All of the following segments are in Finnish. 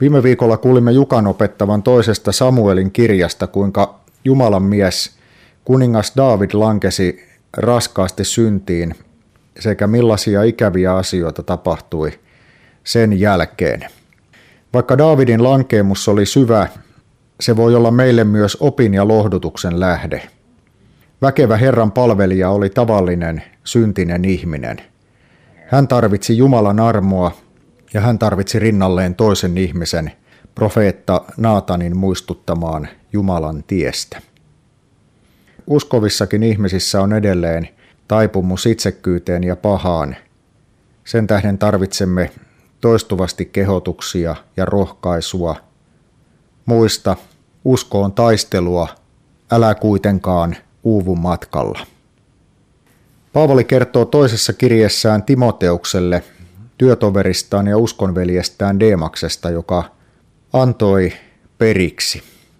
Viime viikolla kuulimme Jukan opettavan toisesta Samuelin kirjasta, kuinka Jumalan mies, kuningas Daavid lankesi raskaasti syntiin sekä millaisia ikäviä asioita tapahtui sen jälkeen. Vaikka Daavidin lankeemus oli syvä, se voi olla meille myös opin ja lohdutuksen lähde. Väkevä Herran palvelija oli tavallinen, syntinen ihminen. Hän tarvitsi Jumalan armoa ja hän tarvitsi rinnalleen toisen ihmisen, profeetta Naatanin muistuttamaan Jumalan tiestä. Uskovissakin ihmisissä on edelleen taipumus itsekkyyteen ja pahaan. Sen tähden tarvitsemme toistuvasti kehotuksia ja rohkaisua. Muista, usko on taistelua, älä kuitenkaan uuvu matkalla. Paavali kertoo toisessa kirjeessään Timoteukselle työtoveristaan ja uskonveljestään Deemaksesta, joka antoi periksi.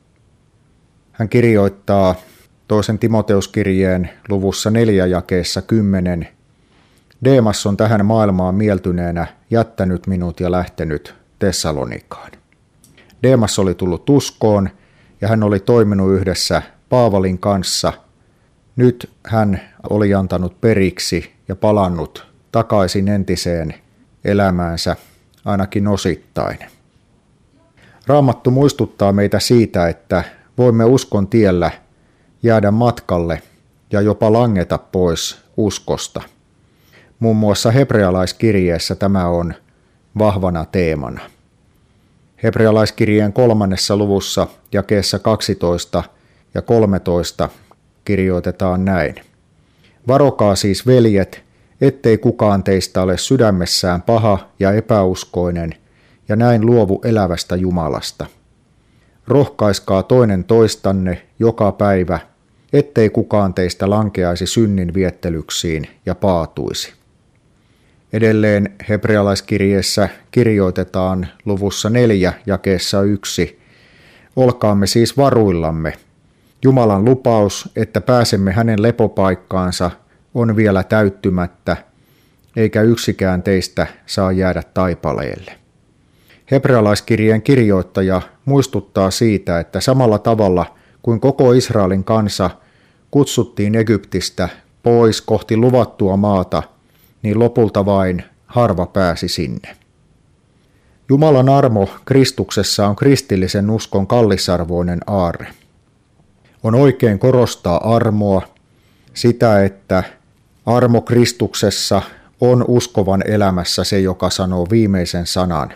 Hän kirjoittaa toisen Timoteuskirjeen luvussa 4 jakeessa 10. Deemas on tähän maailmaan mieltyneenä jättänyt minut ja lähtenyt Tessalonikaan. Deemas oli tullut uskoon ja hän oli toiminut yhdessä Paavalin kanssa. Nyt hän oli antanut periksi ja palannut takaisin entiseen elämäänsä ainakin osittain. Raamattu muistuttaa meitä siitä, että voimme uskon tiellä jäädä matkalle ja jopa langeta pois uskosta. Muun muassa hebrealaiskirjeessä tämä on vahvana teemana. Hebrealaiskirjeen 3. luvussa jakeessa 12 ja 13 kirjoitetaan näin. Varokaa siis, veljet, ettei kukaan teistä ole sydämessään paha ja epäuskoinen ja näin luovu elävästä Jumalasta. Rohkaiskaa toinen toistanne joka päivä, ettei kukaan teistä lankeaisi synnin viettelyksiin ja paatuisi. Edelleen hebrealaiskirjeessä kirjoitetaan luvussa 4 jakeessa 1. Olkaamme siis varuillamme. Jumalan lupaus, että pääsemme hänen lepopaikkaansa, on vielä täyttymättä, eikä yksikään teistä saa jäädä taipaleelle. Hebrealaiskirjeen kirjoittaja muistuttaa siitä, että samalla tavalla kuin koko Israelin kansa kutsuttiin Egyptistä pois kohti luvattua maata, niin lopulta vain harva pääsi sinne. Jumalan armo Kristuksessa on kristillisen uskon kallisarvoinen aarre. On oikein korostaa armoa, sitä, että armo Kristuksessa on uskovan elämässä se, joka sanoo viimeisen sanan.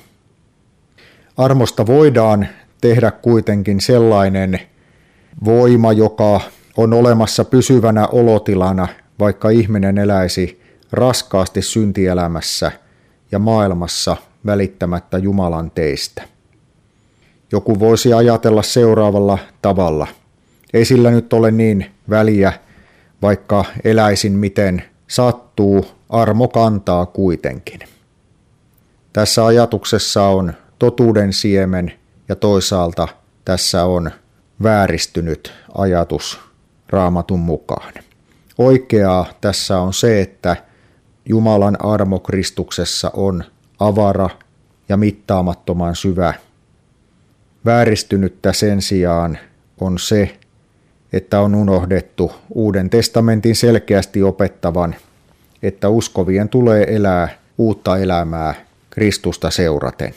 Armosta voidaan tehdä kuitenkin sellainen voima, joka on olemassa pysyvänä olotilana, vaikka ihminen eläisi raskaasti syntielämässä ja maailmassa välittämättä Jumalan teistä. Joku voisi ajatella seuraavalla tavalla. Ei sillä nyt ole niin väliä, vaikka eläisin miten sattuu, armo kantaa kuitenkin. Tässä ajatuksessa on totuuden siemen ja toisaalta tässä on vääristynyt ajatus Raamatun mukaan. Oikeaa tässä on se, että Jumalan armo Kristuksessa on avara ja mittaamattoman syvä. Vääristynyttä sen sijaan on se, että on unohdettu Uuden testamentin selkeästi opettavan, että uskovien tulee elää uutta elämää Kristusta seuraten.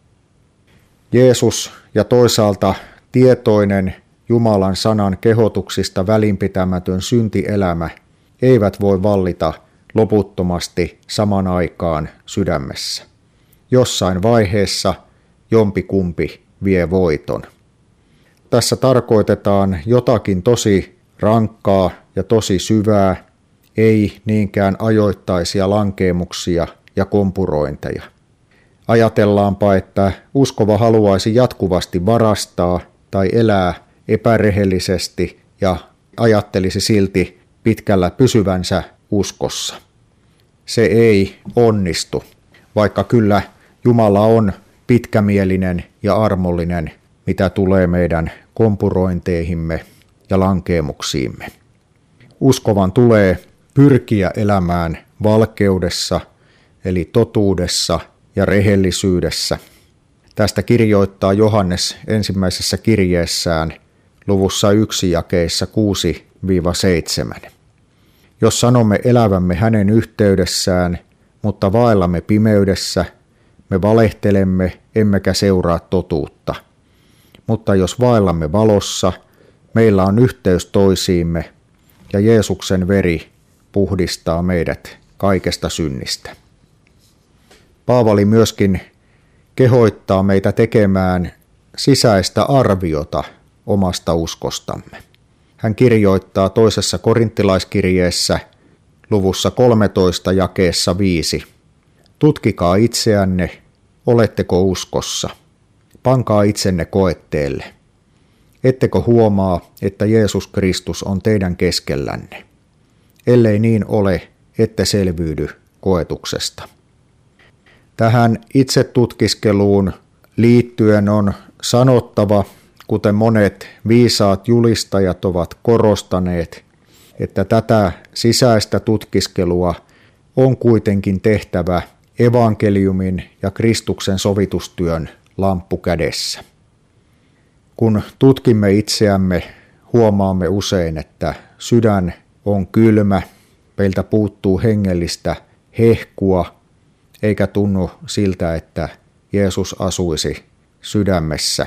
Jeesus ja toisaalta tietoinen Jumalan sanan kehotuksista välinpitämätön syntielämä eivät voi vallita loputtomasti saman aikaan sydämessä. Jossain vaiheessa jompikumpi vie voiton. Tässä tarkoitetaan jotakin tosi rankkaa ja tosi syvää, ei niinkään ajoittaisia lankeemuksia ja kompurointeja. Ajatellaanpa, että uskova haluaisi jatkuvasti varastaa tai elää epärehellisesti ja ajattelisi silti pitkällä pysyvänsä uskossa. Se ei onnistu, vaikka kyllä Jumala on pitkämielinen ja armollinen, mitä tulee meidän kompurointeihimme ja lankeemuksiimme. Uskovan tulee pyrkiä elämään valkeudessa, eli totuudessa ja rehellisyydessä. Tästä kirjoittaa Johannes ensimmäisessä kirjeessään luvussa 1 jakeissa 6-7. Jos sanomme elävämme hänen yhteydessään, mutta vaellamme pimeydessä, me valehtelemme emmekä seuraa totuutta. Mutta jos vaellamme valossa, meillä on yhteys toisiimme ja Jeesuksen veri puhdistaa meidät kaikesta synnistä. Paavali myöskin kehoittaa meitä tekemään sisäistä arviota omasta uskostamme. Hän kirjoittaa toisessa korinttilaiskirjeessä luvussa 13 jakeessa 5. Tutkikaa itseänne, oletteko uskossa. Pankaa itsenne koetteelle. Ettekö huomaa, että Jeesus Kristus on teidän keskellänne? Ellei niin ole, ette selviydy koetuksesta. Tähän itsetutkiskeluun liittyen on sanottava, kuten monet viisaat julistajat ovat korostaneet, että tätä sisäistä tutkiskelua on kuitenkin tehtävä evankeliumin ja Kristuksen sovitustyön lamppu kädessä. Kun tutkimme itseämme, huomaamme usein, että sydän on kylmä, meiltä puuttuu hengellistä hehkua, eikä tunnu siltä, että Jeesus asuisi sydämessä.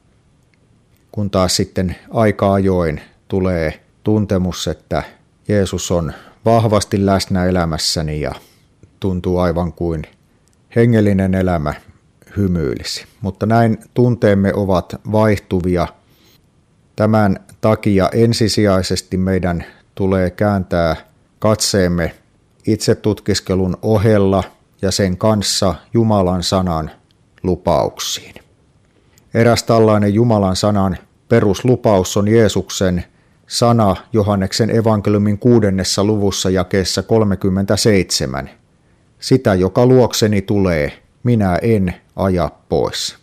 Kun taas sitten aika ajoin tulee tuntemus, että Jeesus on vahvasti läsnä elämässäni ja tuntuu aivan kuin hengellinen elämä hymyilisi. Mutta näin tunteemme ovat vaihtuvia. Tämän takia ensisijaisesti meidän tulee kääntää katseemme itsetutkiskelun ohella ja sen kanssa Jumalan sanan lupauksiin. Eräs tällainen Jumalan sanan peruslupaus on Jeesuksen sana Johanneksen evankeliumin 6. luvussa jakeessa 37. Sitä, joka luokseni tulee, minä en aja pois.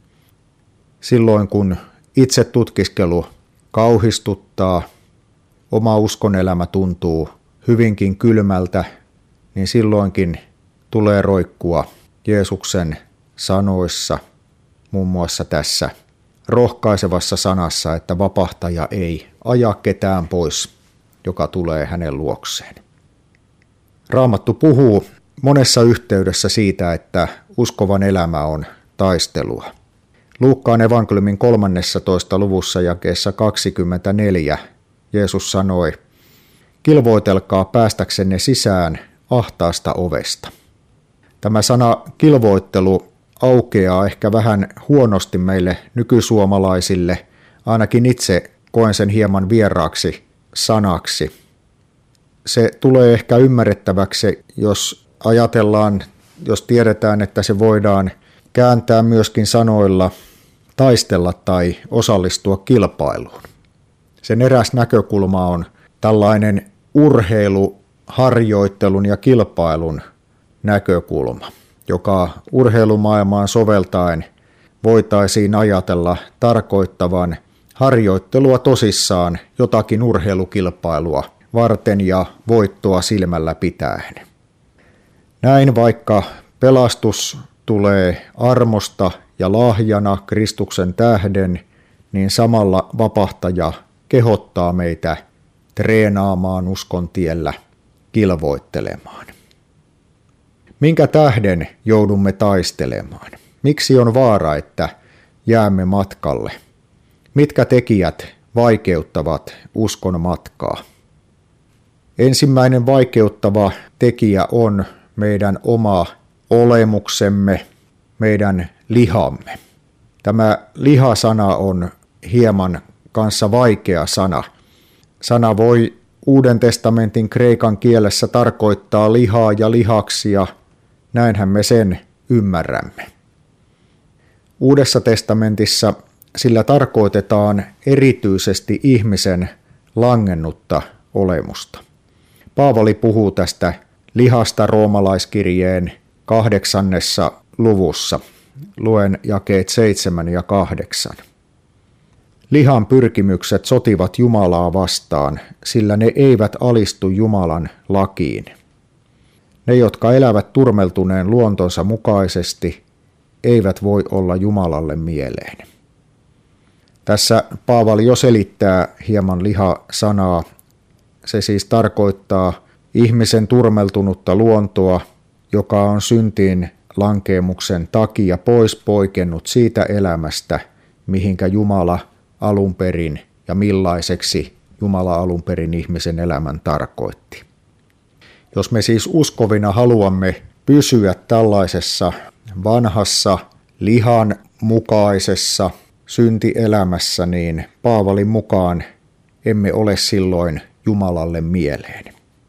Silloin kun itsetutkiskelu kauhistuttaa, oma uskonelämä tuntuu hyvinkin kylmältä, niin silloinkin tulee roikkua Jeesuksen sanoissa, muun muassa tässä rohkaisevassa sanassa, että vapahtaja ei aja ketään pois, joka tulee hänen luokseen. Raamattu puhuu monessa yhteydessä siitä, että uskovan elämä on taistelua. Luukkaan evankeliumin 13. luvussa jakeessa 24 Jeesus sanoi, kilvoitelkaa päästäksenne sisään ahtaasta ovesta. Tämä sana kilvoittelu aukeaa ehkä vähän huonosti meille nykysuomalaisille, ainakin itse koen sen hieman vieraaksi sanaksi. Se tulee ehkä ymmärrettäväksi, jos ajatellaan, jos tiedetään, että se voidaan kääntää myöskin sanoilla taistella tai osallistua kilpailuun. Sen eräs näkökulma on tällainen urheiluharjoittelun ja kilpailun näkökulma, joka urheilumaailmaan soveltaen voitaisiin ajatella tarkoittavan harjoittelua tosissaan jotakin urheilukilpailua varten ja voittoa silmällä pitäen. Näin vaikka pelastus tulee armosta ja lahjana Kristuksen tähden, niin samalla vapahtaja kehottaa meitä treenaamaan uskon tiellä, kilvoittelemaan. Minkä tähden joudumme taistelemaan? Miksi on vaara, että jäämme matkalle? Mitkä tekijät vaikeuttavat uskon matkaa? Ensimmäinen vaikeuttava tekijä on meidän oma olemuksemme, meidän lihamme. Tämä lihasana on hieman kanssa vaikea sana. Sana voi Uuden testamentin kreikan kielessä tarkoittaa lihaa ja lihaksia, näinhän me sen ymmärrämme. Uudessa testamentissa sillä tarkoitetaan erityisesti ihmisen langennutta olemusta. Paavali puhuu tästä lihasta roomalaiskirjeen 8. luvussa. Luen jakeet 7 ja 8. Lihan pyrkimykset sotivat Jumalaa vastaan, sillä ne eivät alistu Jumalan lakiin. Ne, jotka elävät turmeltuneen luontonsa mukaisesti, eivät voi olla Jumalalle mieleen. Tässä Paavali jo selittää hieman liha-sanaa. Se siis tarkoittaa ihmisen turmeltunutta luontoa, joka on syntiin lankeemuksen takia pois poikennut siitä elämästä, mihinkä Jumala alun perin ja millaiseksi Jumala alun perin ihmisen elämän tarkoitti. Jos me siis uskovina haluamme pysyä tällaisessa vanhassa lihan mukaisessa syntielämässä, niin Paavalin mukaan emme ole silloin Jumalalle mieleen.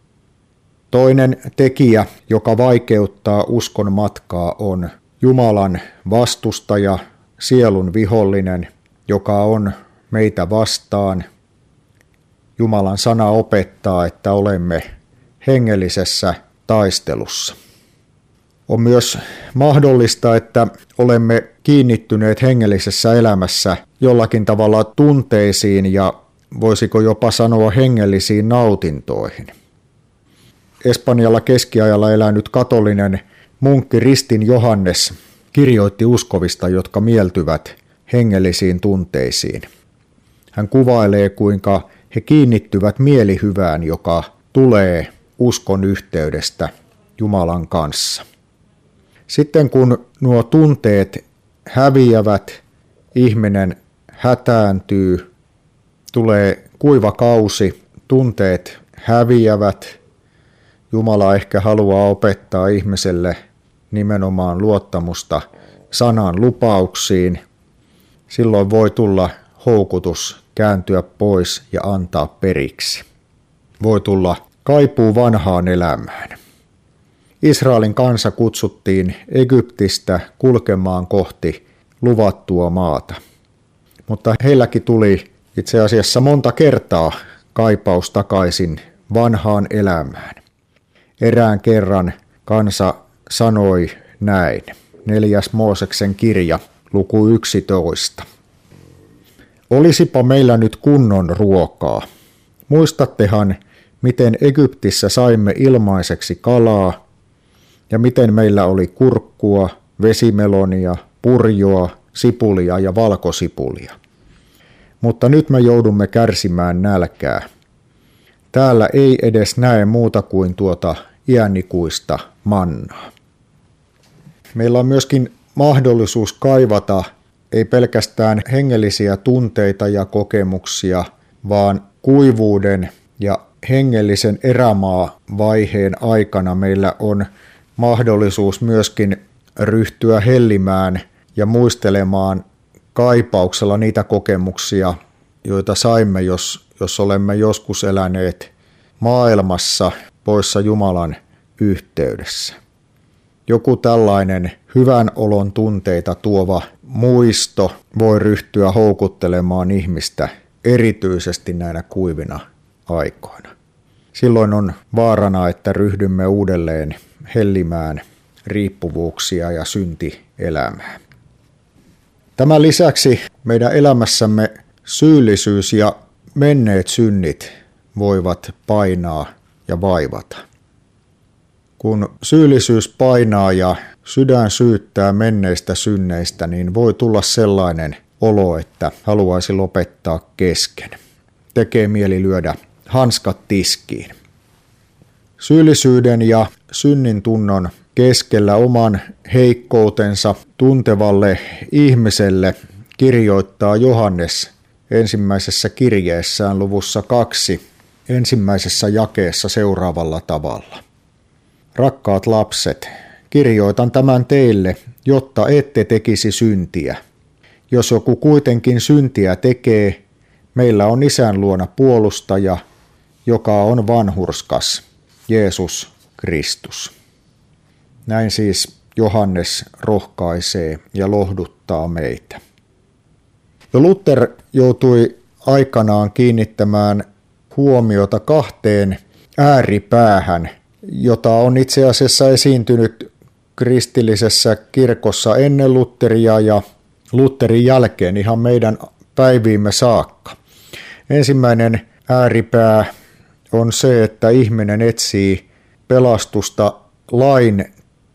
Toinen tekijä, joka vaikeuttaa uskon matkaa, on Jumalan vastustaja, sielun vihollinen, joka on meitä vastaan. Jumalan sana opettaa, että olemme hengellisessä taistelussa. On myös mahdollista, että olemme kiinnittyneet hengellisessä elämässä jollakin tavalla tunteisiin ja voisiko jopa sanoa hengellisiin nautintoihin. Espanjalla keskiajalla elänyt katolinen munkki Ristin Johannes kirjoitti uskovista, jotka mieltyvät hengellisiin tunteisiin. Hän kuvailee, kuinka he kiinnittyvät mielihyvään, joka tulee uskon yhteydestä Jumalan kanssa. Sitten kun nuo tunteet häviävät, ihminen hätääntyy, tulee kuiva kausi, tunteet häviävät. Jumala ehkä haluaa opettaa ihmiselle nimenomaan luottamusta sanan lupauksiin. Silloin voi tulla houkutus kääntyä pois ja antaa periksi. Voi tulla kaipuu vanhaan elämään. Israelin kansa kutsuttiin Egyptistä kulkemaan kohti luvattua maata. Mutta heilläkin tuli itse asiassa monta kertaa kaipaus takaisin vanhaan elämään. Erään kerran kansa sanoi näin. 4. Mooseksen kirja, luku 11. Olisipa meillä nyt kunnon ruokaa. Muistattehan, miten Egyptissä saimme ilmaiseksi kalaa, ja miten meillä oli kurkkua, vesimelonia, purjoa, sipulia ja valkosipulia. Mutta nyt me joudumme kärsimään nälkää. Täällä ei edes näe muuta kuin tuota iänikuista mannaa. Meillä on myöskin mahdollisuus kaivata ei pelkästään hengellisiä tunteita ja kokemuksia, vaan kuivuuden ja hengellisen erämaavaiheen aikana meillä on mahdollisuus myöskin ryhtyä hellimään ja muistelemaan kaipauksella niitä kokemuksia, joita saimme, jos olemme joskus eläneet maailmassa poissa Jumalan yhteydessä. Joku tällainen hyvän olon tunteita tuova muisto voi ryhtyä houkuttelemaan ihmistä erityisesti näinä kuivina aikoina. Silloin on vaarana, että ryhdymme uudelleen hellimään riippuvuuksia ja syntielämää. Tämän lisäksi meidän elämässämme syyllisyys ja menneet synnit voivat painaa ja vaivata. Kun syyllisyys painaa ja sydän syyttää menneistä synneistä, niin voi tulla sellainen olo, että haluaisi lopettaa kesken. Tekee mieli lyödä hanskat tiskiin. Syyllisyyden ja synnin tunnon keskellä oman heikkoutensa tuntevalle ihmiselle kirjoittaa Johannes ensimmäisessä kirjeessään luvussa 2, ensimmäisessä jakeessa seuraavalla tavalla. Rakkaat lapset, kirjoitan tämän teille, jotta ette tekisi syntiä. Jos joku kuitenkin syntiä tekee, meillä on Isän luona puolustaja, joka on vanhurskas, Jeesus Kristus. Näin siis Johannes rohkaisee ja lohduttaa meitä. Jo Luther joutui aikanaan kiinnittämään huomiota 2 ääripäähän, jota on itse asiassa esiintynyt kristillisessä kirkossa ennen Lutheria ja Lutherin jälkeen ihan meidän päiviimme saakka. Ensimmäinen ääripää on se, että ihminen etsii pelastusta lain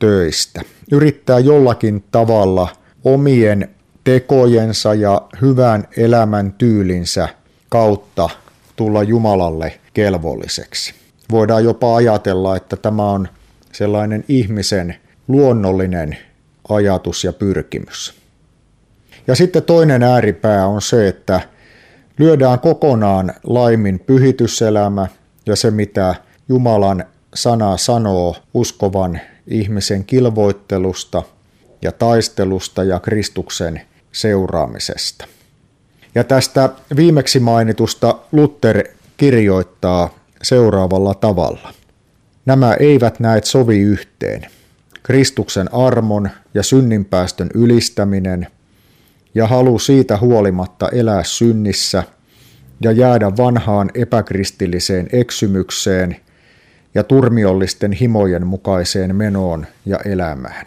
töistä, yrittää jollakin tavalla omien tekojensa ja hyvän elämän tyylinsä kautta tulla Jumalalle kelvolliseksi. Voidaan jopa ajatella, että tämä on sellainen ihmisen luonnollinen ajatus ja pyrkimys. Ja sitten toinen ääripää on se, että lyödään kokonaan laimin pyhityselämä ja se, mitä Jumalan sana sanoo uskovan ihmisen kilvoittelusta ja taistelusta ja Kristuksen seuraamisesta. Ja tästä viimeksi mainitusta Luther kirjoittaa seuraavalla tavalla. Nämä eivät näet sovi yhteen. Kristuksen armon ja synninpäästön ylistäminen ja halu siitä huolimatta elää synnissä ja jäädä vanhaan epäkristilliseen eksymykseen ja turmiollisten himojen mukaiseen menoon ja elämään.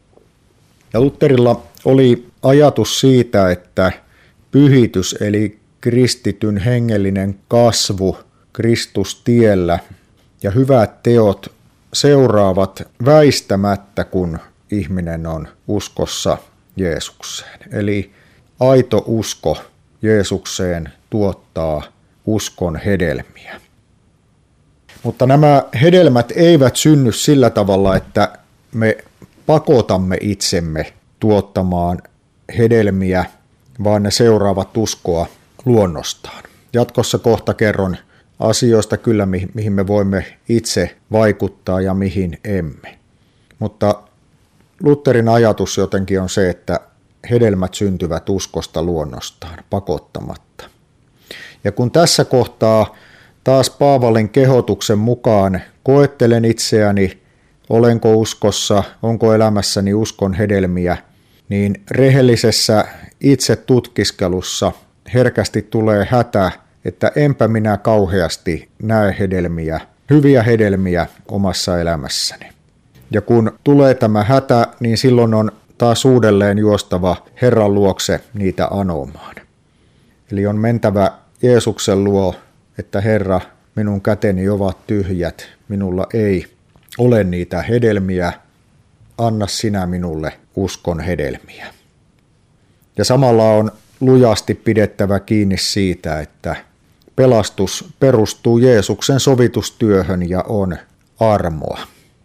Ja Lutherilla oli ajatus siitä, että pyhitys eli kristityn hengellinen kasvu Kristustiellä ja hyvät teot seuraavat väistämättä, kun ihminen on uskossa Jeesukseen. Eli aito usko Jeesukseen tuottaa uskon hedelmiä. Mutta nämä hedelmät eivät synny sillä tavalla, että me pakotamme itsemme tuottamaan hedelmiä, vaan ne seuraavat uskoa luonnostaan. Jatkossa kohta kerron asioista kyllä, mihin me voimme itse vaikuttaa ja mihin emme. Mutta Lutherin ajatus jotenkin on se, että hedelmät syntyvät uskosta luonnostaan, pakottamatta. Ja kun tässä kohtaa taas Paavalin kehotuksen mukaan koettelen itseäni, olenko uskossa, onko elämässäni uskon hedelmiä, niin rehellisessä itse tutkiskelussa herkästi tulee hätä, että enpä minä kauheasti näe hedelmiä, hyviä hedelmiä omassa elämässäni. Ja kun tulee tämä hätä, niin silloin on taas uudelleen juostava Herran luokse niitä anomaan. Eli on mentävä Jeesuksen luo, että Herra, minun käteni ovat tyhjät, minulla ei ole niitä hedelmiä, anna sinä minulle uskon hedelmiä. Ja samalla on lujasti pidettävä kiinni siitä, että pelastus perustuu Jeesuksen sovitustyöhön ja on armoa.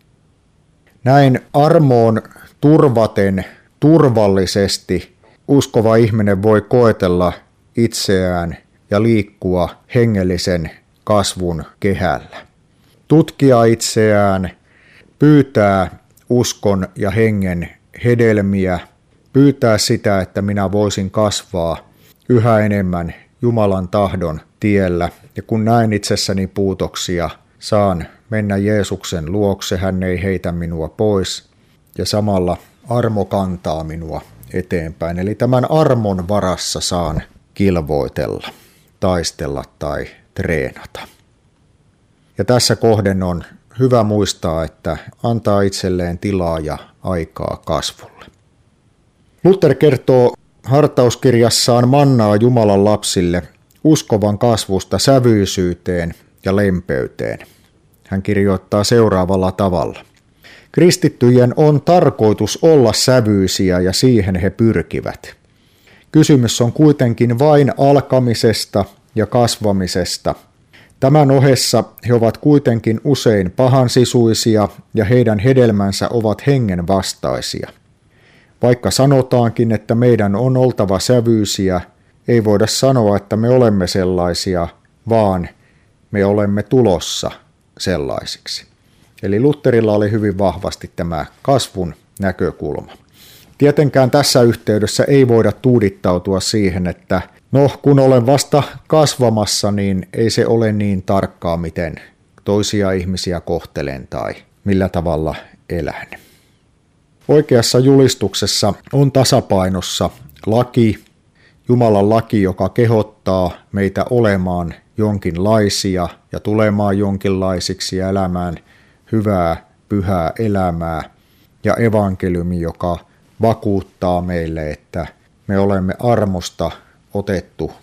Näin armoon turvaten turvallisesti uskova ihminen voi koetella itseään ja liikkua hengellisen kasvun kehällä. Tutkia itseään, pyytää uskon ja hengen hedelmiä, pyytää sitä, että minä voisin kasvaa yhä enemmän Jumalan tahdon tiellä. Ja kun näen itsessäni puutoksia, saan mennä Jeesuksen luokse, hän ei heitä minua pois ja samalla armo kantaa minua eteenpäin. Eli tämän armon varassa saan kilvoitella, taistella tai treenata. Ja tässä kohden on hyvä muistaa, että antaa itselleen tilaa ja aikaa kasvulle. Luther kertoo hartauskirjassaan Mannaa Jumalan lapsille uskovan kasvusta sävyisyyteen ja lempeyteen. Hän kirjoittaa seuraavalla tavalla. Kristittyjen on tarkoitus olla sävyisiä ja siihen he pyrkivät. Kysymys on kuitenkin vain alkamisesta ja kasvamisesta. Tämän ohessa he ovat kuitenkin usein pahansisuisia ja heidän hedelmänsä ovat hengen vastaisia. Vaikka sanotaankin, että meidän on oltava sävyisiä, ei voida sanoa, että me olemme sellaisia, vaan me olemme tulossa sellaisiksi. Eli Lutherilla oli hyvin vahvasti tämä kasvun näkökulma. Tietenkään tässä yhteydessä ei voida tuudittautua siihen, että kun olen vasta kasvamassa, niin ei se ole niin tarkkaa, miten toisia ihmisiä kohtelen tai millä tavalla elän. Oikeassa julistuksessa on tasapainossa laki, Jumalan laki, joka kehottaa meitä olemaan jonkinlaisia ja tulemaan jonkinlaisiksi ja elämään hyvää, pyhää elämää, ja evankeliumi, joka vakuuttaa meille, että me olemme armosta otettu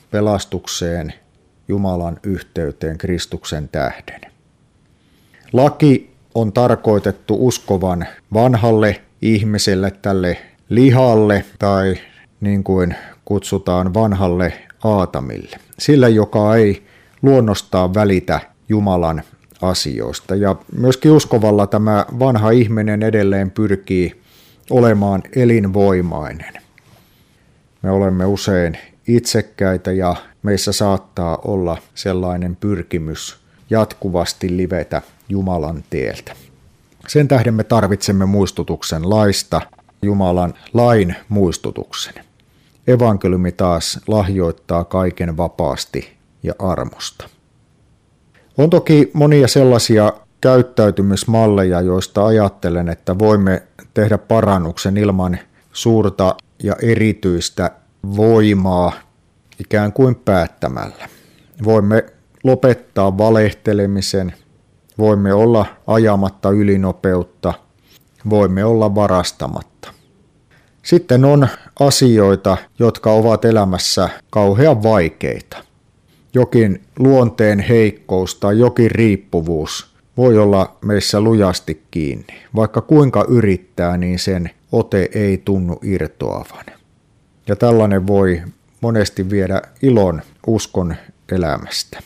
pelastukseen, Jumalan yhteyteen Kristuksen tähden. Laki on tarkoitettu uskovan vanhalle ihmiselle, tälle lihalle tai niin kuin kutsutaan vanhalle Aatamille, sillä joka ei luonnostaan välitä Jumalan asioista. Ja myöskin uskovalla tämä vanha ihminen edelleen pyrkii olemaan elinvoimainen. Me olemme usein itsekkäitä ja meissä saattaa olla sellainen pyrkimys jatkuvasti livetä Jumalan tieltä. Sen tähden me tarvitsemme muistutuksen laista, Jumalan lain muistutuksen. Evankeliumi taas lahjoittaa kaiken vapaasti ja armosta. On toki monia sellaisia käyttäytymismalleja, joista ajattelen, että voimme tehdä parannuksen ilman suurta ja erityistä voimaa ikään kuin päättämällä. Voimme lopettaa valehtelemisen, voimme olla ajamatta ylinopeutta, voimme olla varastamatta. Sitten on asioita, jotka ovat elämässä kauhean vaikeita. Jokin luonteen heikkous tai jokin riippuvuus voi olla meissä lujasti kiinni. Vaikka kuinka yrittää, niin sen ote ei tunnu irtoavan. Ja tällainen voi monesti viedä ilon uskon elämästä.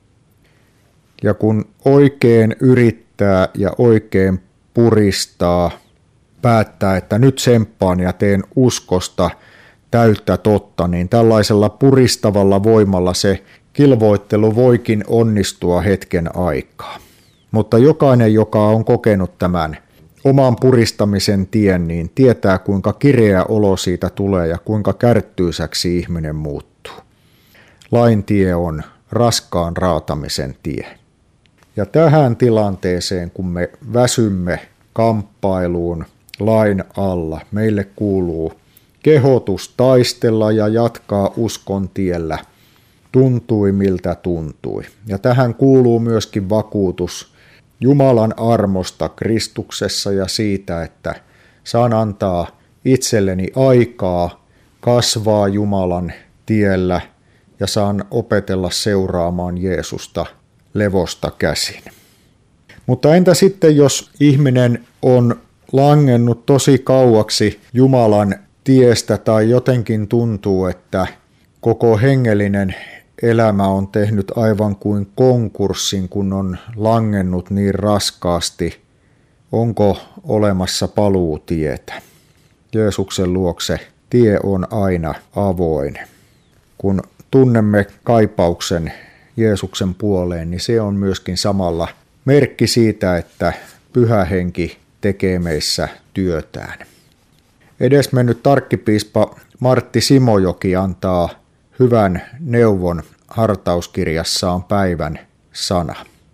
Ja kun oikein yrittää ja oikein puristaa, päättää, että nyt semppaan ja teen uskosta täyttä totta, niin tällaisella puristavalla voimalla se kilvoittelu voikin onnistua hetken aikaa. Mutta jokainen, joka on kokenut tämän oman puristamisen tien, niin tietää, kuinka kireä olo siitä tulee ja kuinka kärttyysäksi ihminen muuttuu. Lain tie on raskaan raatamisen tie. Ja tähän tilanteeseen, kun me väsymme kamppailuun lain alla, meille kuuluu kehotus taistella ja jatkaa uskon tiellä, tuntui miltä tuntui. Ja tähän kuuluu myöskin vakuutus Jumalan armosta Kristuksessa ja siitä, että saan antaa itselleni aikaa kasvaa Jumalan tiellä ja saan opetella seuraamaan Jeesusta levosta käsin. Mutta entä sitten, jos ihminen on langennut tosi kauaksi Jumalan tiestä tai jotenkin tuntuu, että koko hengellinen elämä on tehnyt aivan kuin konkurssin, kun on langennut niin raskaasti. Onko olemassa paluutietä? Jeesuksen luokse tie on aina avoin. Kun tunnemme kaipauksen Jeesuksen puoleen, niin se on myöskin samalla merkki siitä, että Pyhä Henki tekee meissä työtään. Edesmennyt tarkkipiispa Martti Simojoki antaa hyvän neuvon hartauskirjassaan Päivän sana.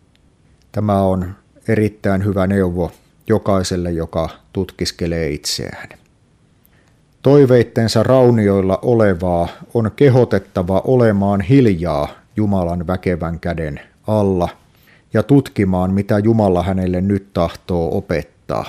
Tämä on erittäin hyvä neuvo jokaiselle, joka tutkiskelee itseään. Toiveittensa raunioilla olevaa on kehotettava olemaan hiljaa Jumalan väkevän käden alla ja tutkimaan, mitä Jumala hänelle nyt tahtoo opettaa.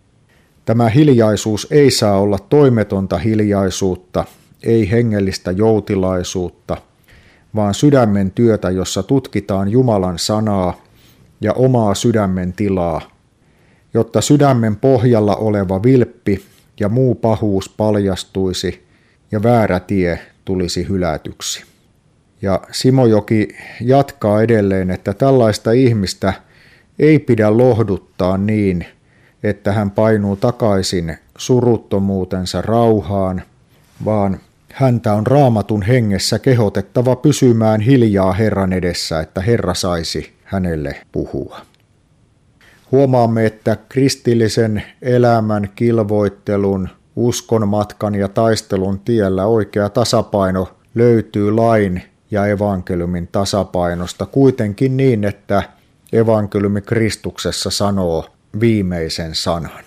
Tämä hiljaisuus ei saa olla toimetonta hiljaisuutta, ei hengellistä joutilaisuutta, vaan sydämen työtä, jossa tutkitaan Jumalan sanaa ja omaa sydämen tilaa, jotta sydämen pohjalla oleva vilppi ja muu pahuus paljastuisi ja väärä tie tulisi hylätyksi. Ja Simojoki jatkaa edelleen, että tällaista ihmistä ei pidä lohduttaa niin, että hän painuu takaisin suruttomuutensa rauhaan, vaan häntä on Raamatun hengessä kehotettava pysymään hiljaa Herran edessä, että Herra saisi hänelle puhua. Huomaamme, että kristillisen elämän, kilvoittelun, uskon matkan ja taistelun tiellä oikea tasapaino löytyy lain ja evankeliumin tasapainosta kuitenkin niin, että evankeliumi Kristuksessa sanoo viimeisen sanan.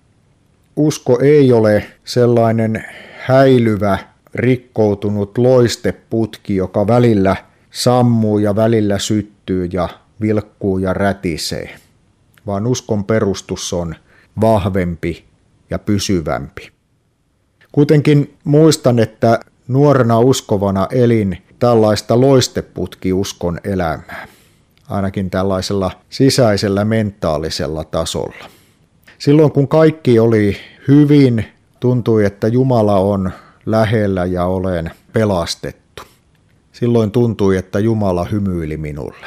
Usko ei ole sellainen häilyvä, rikkoutunut loisteputki, joka välillä sammuu ja välillä syttyy ja vilkkuu ja rätisee, vaan uskon perustus on vahvempi ja pysyvämpi. Kuitenkin muistan, että nuorena uskovana elin tällaista loisteputkiuskon elämää. ainakin tällaisella sisäisellä mentaalisella tasolla. Silloin kun kaikki oli hyvin, tuntui, että Jumala on lähellä ja olen pelastettu. Silloin tuntui, että Jumala hymyili minulle.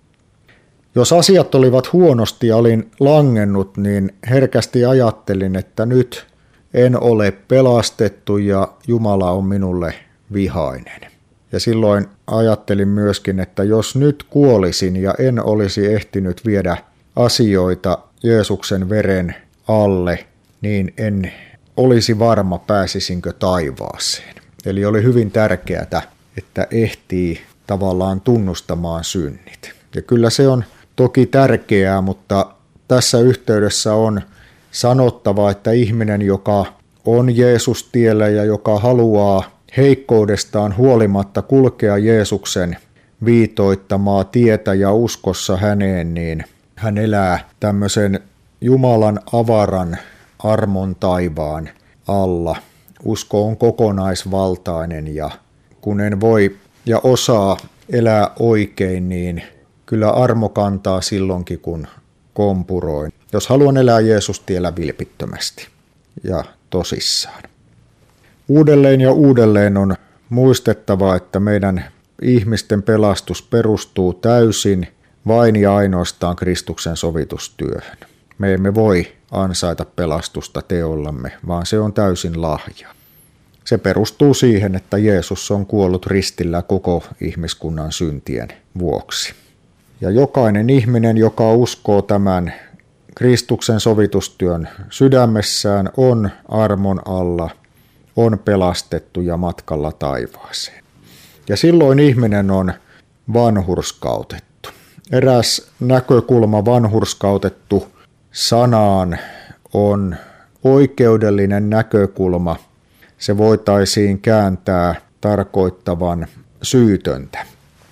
Jos asiat olivat huonosti ja olin langennut, niin herkästi ajattelin, että nyt en ole pelastettu ja Jumala on minulle vihainen. Ja silloin ajattelin myöskin, että jos nyt kuolisin ja en olisi ehtinyt viedä asioita Jeesuksen veren alle, niin en olisi varma, pääsisinkö taivaaseen. Eli oli hyvin tärkeää, että ehtii tavallaan tunnustamaan synnit. Ja kyllä se on toki tärkeää, mutta tässä yhteydessä on sanottava, että ihminen, joka on Jeesus-tiellä ja joka haluaa heikkoudestaan huolimatta kulkea Jeesuksen viitoittamaa tietä ja uskossa häneen, niin hän elää tämmöisen Jumalan avaran armon taivaan alla. Usko on kokonaisvaltainen ja kun en voi ja osaa elää oikein, niin kyllä armo kantaa silloinkin, kun kompuroin. Jos haluan elää Jeesus-tiellä vilpittömästi ja tosissaan. Uudelleen ja uudelleen on muistettava, että meidän ihmisten pelastus perustuu täysin vain ja ainoastaan Kristuksen sovitustyöhön. Me emme voi ansaita pelastusta teollamme, vaan se on täysin lahja. Se perustuu siihen, että Jeesus on kuollut ristillä koko ihmiskunnan syntien vuoksi. Ja jokainen ihminen, joka uskoo tämän Kristuksen sovitustyön sydämessään, on armon alla, on pelastettu ja matkalla taivaaseen. Ja silloin ihminen on vanhurskautettu. Eräs näkökulma vanhurskautettu sanaan on oikeudellinen näkökulma. Se voitaisiin kääntää tarkoittavan syytöntä.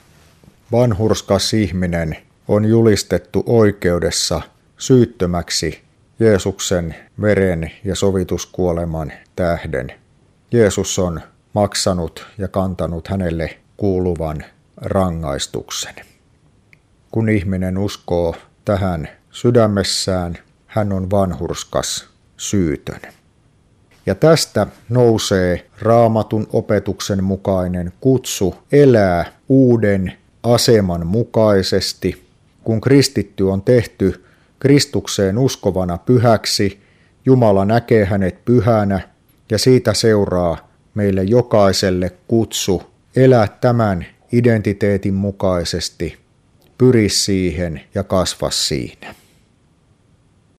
Vanhurskas ihminen on julistettu oikeudessa syyttömäksi Jeesuksen veren ja sovituskuoleman tähden. Jeesus on maksanut ja kantanut hänelle kuuluvan rangaistuksen. Kun ihminen uskoo tähän sydämessään, hän on vanhurskas, syytön. Ja tästä nousee Raamatun opetuksen mukainen kutsu elää uuden aseman mukaisesti. Kun kristitty on tehty Kristukseen uskovana pyhäksi, Jumala näkee hänet pyhänä ja siitä seuraa meille jokaiselle kutsu elää tämän identiteetin mukaisesti, pyri siihen ja kasva siinä.